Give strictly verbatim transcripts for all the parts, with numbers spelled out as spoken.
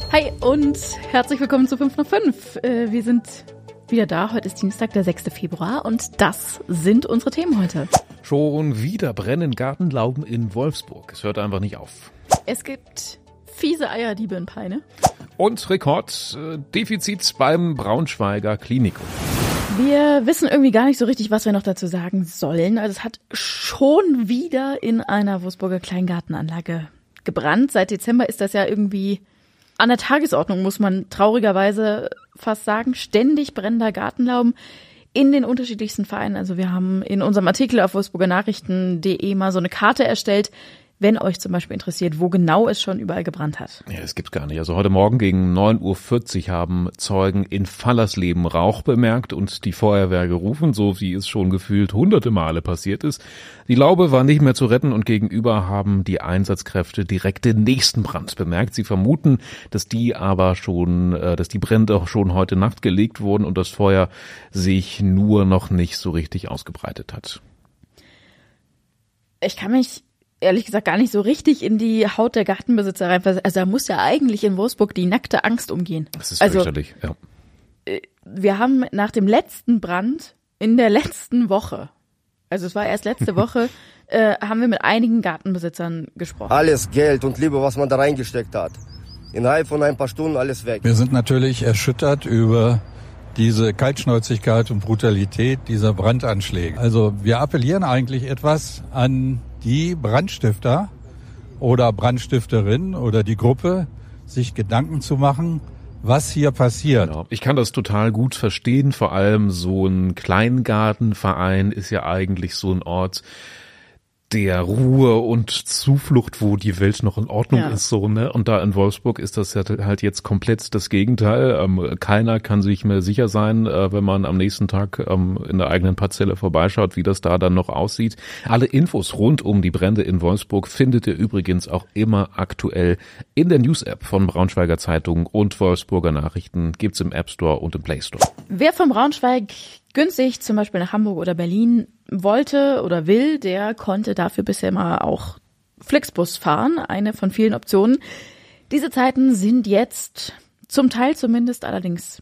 Hi und herzlich willkommen zu fünf nach fünf. Äh, wir sind wieder da. Heute ist Dienstag, der sechster Februar und das sind unsere Themen heute. Schon wieder brennen Gartenlauben in Wolfsburg. Es hört einfach nicht auf. Es gibt fiese Eierdiebe in Peine. Und Rekorddefizit beim Braunschweiger Klinikum. Wir wissen irgendwie gar nicht so richtig, was wir noch dazu sagen sollen. Also es hat schon wieder in einer Wolfsburger Kleingartenanlage gebrannt. Seit Dezember ist das ja irgendwie an der Tagesordnung, muss man traurigerweise fast sagen. Ständig brennender Gartenlauben in den unterschiedlichsten Vereinen. Also wir haben in unserem Artikel auf wolfsburger nachrichten punkt de mal so eine Karte erstellt, wenn euch zum Beispiel interessiert, wo genau es schon überall gebrannt hat. Ja, das gibt's gar nicht. Also heute Morgen gegen neun Uhr vierzig haben Zeugen in Fallersleben Rauch bemerkt und die Feuerwehr gerufen, so wie es schon gefühlt hunderte Male passiert ist. Die Laube war nicht mehr zu retten und gegenüber haben die Einsatzkräfte direkt den nächsten Brand bemerkt. Sie vermuten, dass die aber schon, dass die Brände auch schon heute Nacht gelegt wurden und das Feuer sich nur noch nicht so richtig ausgebreitet hat. Ich kann mich ehrlich gesagt gar nicht so richtig in die Haut der Gartenbesitzer reinversetzen. Also da muss ja eigentlich in Wolfsburg die nackte Angst umgehen. Das ist also, fürchterlich, ja. Wir haben nach dem letzten Brand in der letzten Woche, also es war erst letzte Woche, äh, haben wir mit einigen Gartenbesitzern gesprochen. Alles Geld und Liebe, was man da reingesteckt hat. Innerhalb von ein paar Stunden alles weg. Wir sind natürlich erschüttert über diese Kaltschnäuzigkeit und Brutalität dieser Brandanschläge. Also wir appellieren eigentlich etwas an die Brandstifter oder Brandstifterin oder die Gruppe, sich Gedanken zu machen, was hier passiert. Genau. Ich kann das total gut verstehen. Vor allem so ein Kleingartenverein ist ja eigentlich so ein Ort der Ruhe und Zuflucht, wo die Welt noch in Ordnung ja. ist, so, ne? Und da in Wolfsburg ist das halt jetzt komplett das Gegenteil. Ähm, keiner kann sich mehr sicher sein, äh, wenn man am nächsten Tag ähm, in der eigenen Parzelle vorbeischaut, wie das da dann noch aussieht. Alle Infos rund um die Brände in Wolfsburg findet ihr übrigens auch immer aktuell in der News-App von Braunschweiger Zeitung und Wolfsburger Nachrichten. Gibt's im App Store und im Play Store. Wer von Braunschweig günstig zum Beispiel nach Hamburg oder Berlin wollte oder will, der konnte dafür bisher mal auch Flixbus fahren, eine von vielen Optionen. Diese Zeiten sind jetzt zum Teil zumindest allerdings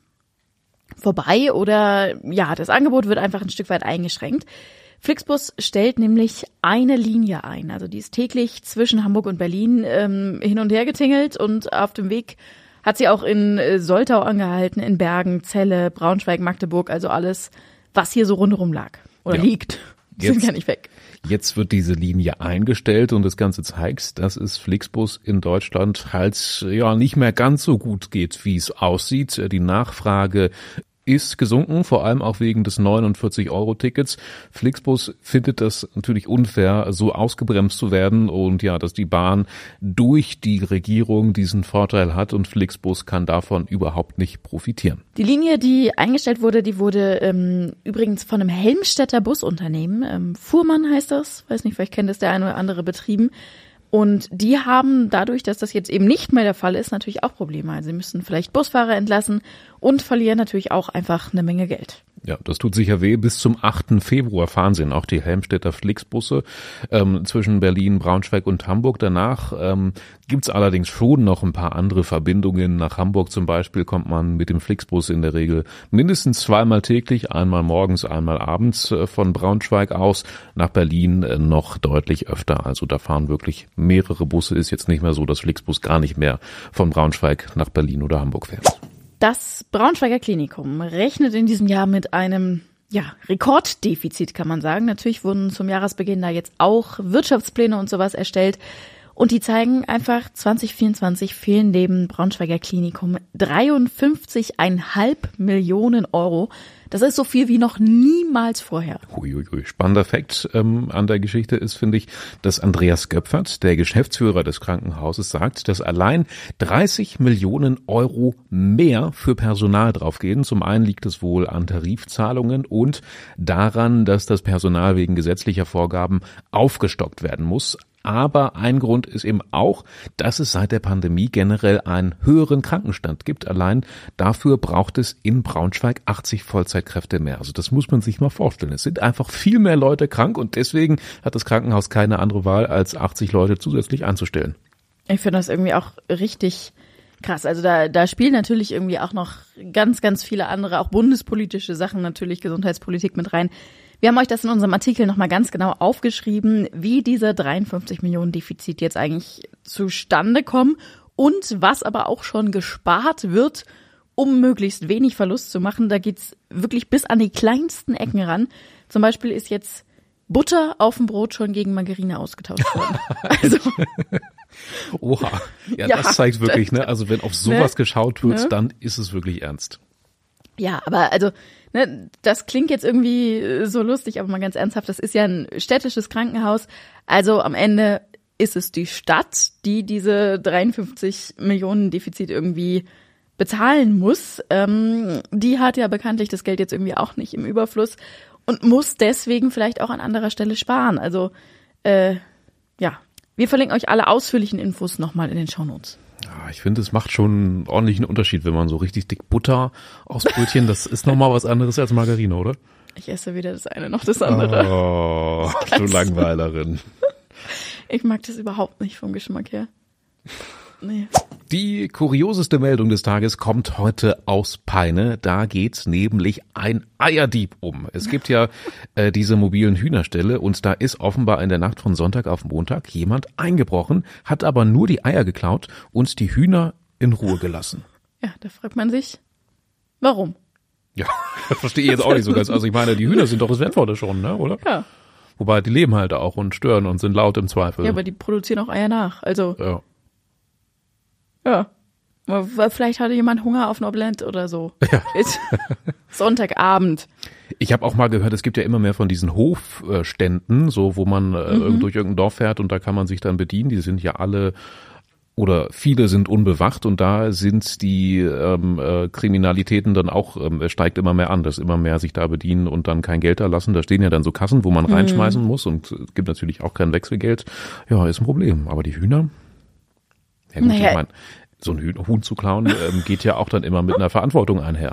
vorbei oder ja, das Angebot wird einfach ein Stück weit eingeschränkt. Flixbus stellt nämlich eine Linie ein, also die ist täglich zwischen Hamburg und Berlin ähm, hin und her getingelt und auf dem Weg hat sie auch in Soltau angehalten, in Bergen, Celle, Braunschweig, Magdeburg, also alles, was hier so rundherum lag oder ja. liegt. Die sind gar nicht weg. Jetzt wird diese Linie eingestellt und das Ganze zeigt, dass es Flixbus in Deutschland halt ja nicht mehr ganz so gut geht, wie es aussieht. Die Nachfrage ist gesunken, vor allem auch wegen des neunundvierzig Euro Tickets. Flixbus findet das natürlich unfair, so ausgebremst zu werden und ja, dass die Bahn durch die Regierung diesen Vorteil hat und Flixbus kann davon überhaupt nicht profitieren. Die Linie, die eingestellt wurde, die wurde ähm, übrigens von einem Helmstedter Busunternehmen, ähm, Fuhrmann heißt das, weiß nicht, vielleicht kennt das der eine oder andere betrieben. Und die haben dadurch, dass das jetzt eben nicht mehr der Fall ist, natürlich auch Probleme. Also sie müssen vielleicht Busfahrer entlassen und verlieren natürlich auch einfach eine Menge Geld. Ja, das tut sicher weh. Bis zum achten Februar fahren sie auch die Helmstedter Flixbusse ähm, zwischen Berlin, Braunschweig und Hamburg. Danach ähm, gibt's allerdings schon noch ein paar andere Verbindungen. Nach Hamburg zum Beispiel kommt man mit dem Flixbus in der Regel mindestens zweimal täglich, einmal morgens, einmal abends äh, von Braunschweig aus. Nach Berlin äh, noch deutlich öfter. Also da fahren wirklich mehrere Busse. Ist jetzt nicht mehr so, dass Flixbus gar nicht mehr von Braunschweig nach Berlin oder Hamburg fährt. Das Braunschweiger Klinikum rechnet in diesem Jahr mit einem ja, Rekorddefizit, kann man sagen. Natürlich wurden zum Jahresbeginn da jetzt auch Wirtschaftspläne und sowas erstellt. Und die zeigen einfach, zwanzig vierundzwanzig fehlen dem Braunschweiger Klinikum dreiundfünfzig Komma fünf Millionen Euro. Das ist so viel wie noch niemals vorher. Huiuiui. Spannender Fakt ähm, an der Geschichte ist, finde ich, dass Andreas Göpfert, der Geschäftsführer des Krankenhauses, sagt, dass allein dreißig Millionen Euro mehr für Personal draufgehen. Zum einen liegt es wohl an Tarifzahlungen und daran, dass das Personal wegen gesetzlicher Vorgaben aufgestockt werden muss. Aber ein Grund ist eben auch, dass es seit der Pandemie generell einen höheren Krankenstand gibt. Allein dafür braucht es in Braunschweig achtzig Vollzeitkräfte mehr. Also das muss man sich mal vorstellen. Es sind einfach viel mehr Leute krank und deswegen hat das Krankenhaus keine andere Wahl, als achtzig Leute zusätzlich einzustellen. Ich finde das irgendwie auch richtig Krass, also da, da spielen natürlich irgendwie auch noch ganz, ganz viele andere, auch bundespolitische Sachen, natürlich Gesundheitspolitik mit rein. Wir haben euch das in unserem Artikel nochmal ganz genau aufgeschrieben, wie diese dreiundfünfzig Millionen Defizit jetzt eigentlich zustande kommen und was aber auch schon gespart wird, um möglichst wenig Verlust zu machen. Da geht's wirklich bis an die kleinsten Ecken ran. Zum Beispiel ist jetzt Butter auf dem Brot schon gegen Margarine ausgetauscht worden. Also Oha, ja, ja, das zeigt wirklich, ne? Also wenn auf sowas ne? geschaut wird, Ne? dann ist es wirklich ernst. Ja, aber also, ne, das klingt jetzt irgendwie so lustig, aber mal ganz ernsthaft, das ist ja ein städtisches Krankenhaus. Also am Ende ist es die Stadt, die diese dreiundfünfzig Millionen Defizit irgendwie bezahlen muss. Ähm, die hat ja bekanntlich das Geld jetzt irgendwie auch nicht im Überfluss und muss deswegen vielleicht auch an anderer Stelle sparen. Also, äh, ja, wir verlinken euch alle ausführlichen Infos nochmal in den Shownotes. Ja, ich finde, es macht schon einen ordentlichen Unterschied, wenn man so richtig dick Butter aus Brötchen, das ist nochmal was anderes als Margarine, oder? Ich esse weder das eine noch das andere. Oh, du Langweilerin. Ich mag das überhaupt nicht vom Geschmack her. Nee. Die kurioseste Meldung des Tages kommt heute aus Peine. Da geht nämlich ein Eierdieb um. Es gibt ja äh, diese mobilen Hühnerställe und da ist offenbar in der Nacht von Sonntag auf Montag jemand eingebrochen, hat aber nur die Eier geklaut und die Hühner in Ruhe gelassen. Ja, da fragt man sich, warum? Ja, das verstehe ich jetzt auch nicht so ganz. Also ich meine, die Hühner sind doch das Wertvolle schon, ne, oder? Ja. Wobei, die leben halt auch und stören und sind laut im Zweifel. Ja, aber die produzieren auch Eier nach. Also, Ja. ja. Weil vielleicht hatte jemand Hunger auf Nobland oder so. Ja. Ist Sonntagabend. Ich habe auch mal gehört, es gibt ja immer mehr von diesen Hofständen, so wo man äh, Mhm. durch irgendein Dorf fährt und da kann man sich dann bedienen. Die sind ja alle oder viele sind unbewacht und da sind die ähm, äh, Kriminalitäten dann auch, ähm, steigt immer mehr an, dass immer mehr sich da bedienen und dann kein Geld erlassen. Da stehen ja dann so Kassen, wo man reinschmeißen muss und es gibt natürlich auch kein Wechselgeld. Ja, ist ein Problem. Aber die Hühner? Ja gut, Naja. ich meine, so ein Hühn, Huhn zu klauen ähm, geht ja auch dann immer mit einer Verantwortung einher.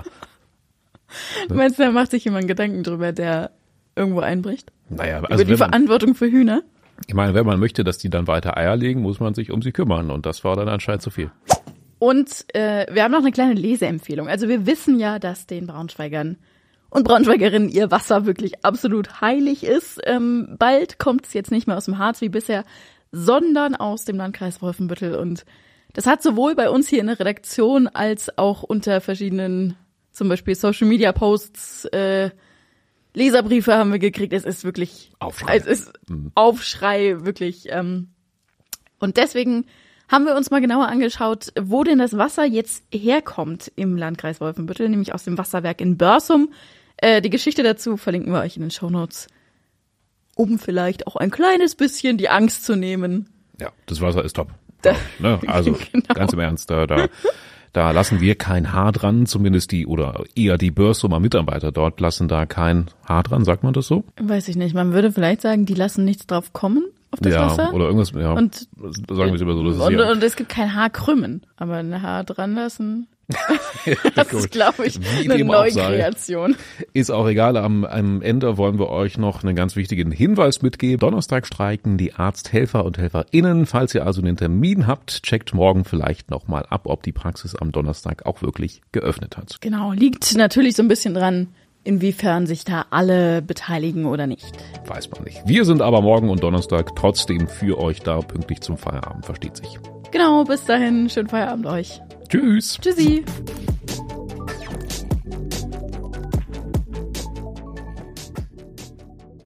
Meinst du, da macht sich jemand Gedanken drüber, der irgendwo einbricht? Naja, Über also die wenn man, Verantwortung für Hühner? ich meine, wenn man möchte, dass die dann weiter Eier legen, muss man sich um sie kümmern und das war dann anscheinend zu viel. Und äh, wir haben noch eine kleine Leseempfehlung. Also wir wissen ja, dass den Braunschweigern und Braunschweigerinnen ihr Wasser wirklich absolut heilig ist. Ähm, bald kommt es jetzt nicht mehr aus dem Harz wie bisher, sondern aus dem Landkreis Wolfenbüttel. Und das hat sowohl bei uns hier in der Redaktion als auch unter verschiedenen, zum Beispiel Social-Media-Posts, äh, Leserbriefe haben wir gekriegt. Es ist wirklich Aufschrei. Es ist Aufschrei, wirklich. Ähm. Und deswegen haben wir uns mal genauer angeschaut, wo denn das Wasser jetzt herkommt im Landkreis Wolfenbüttel, nämlich aus dem Wasserwerk in Börsum. Äh, die Geschichte dazu verlinken wir euch in den Shownotes, um vielleicht auch ein kleines bisschen die Angst zu nehmen. Ja, das Wasser ist top. Da- Ne? Also Genau. ganz im Ernst, da, da, da lassen wir kein Haar dran, zumindest die oder eher die Börsumer Mitarbeiter dort lassen da kein Haar dran, sagt man das so? Weiß ich nicht, man würde vielleicht sagen, die lassen nichts drauf kommen auf das ja, Wasser. oder irgendwas, ja. Und, sagen wir es immer so, das ist und, ja, und es gibt kein Haar krümmen, aber ein Haar dran lassen, das gut. ist, glaube ich, Wie eine dem auch sei. Neukreation. Ist auch egal, am, am Ende wollen wir euch noch einen ganz wichtigen Hinweis mitgeben. Donnerstag streiken die Arzthelfer und HelferInnen. Falls ihr also einen Termin habt, checkt morgen vielleicht nochmal ab, ob die Praxis am Donnerstag auch wirklich geöffnet hat. Genau, liegt natürlich so ein bisschen dran, inwiefern sich da alle beteiligen oder nicht. Weiß man nicht. Wir sind aber morgen und Donnerstag trotzdem für euch da, pünktlich zum Feierabend, versteht sich. Genau, bis dahin, schönen Feierabend euch. Tschüss! Tschüssi.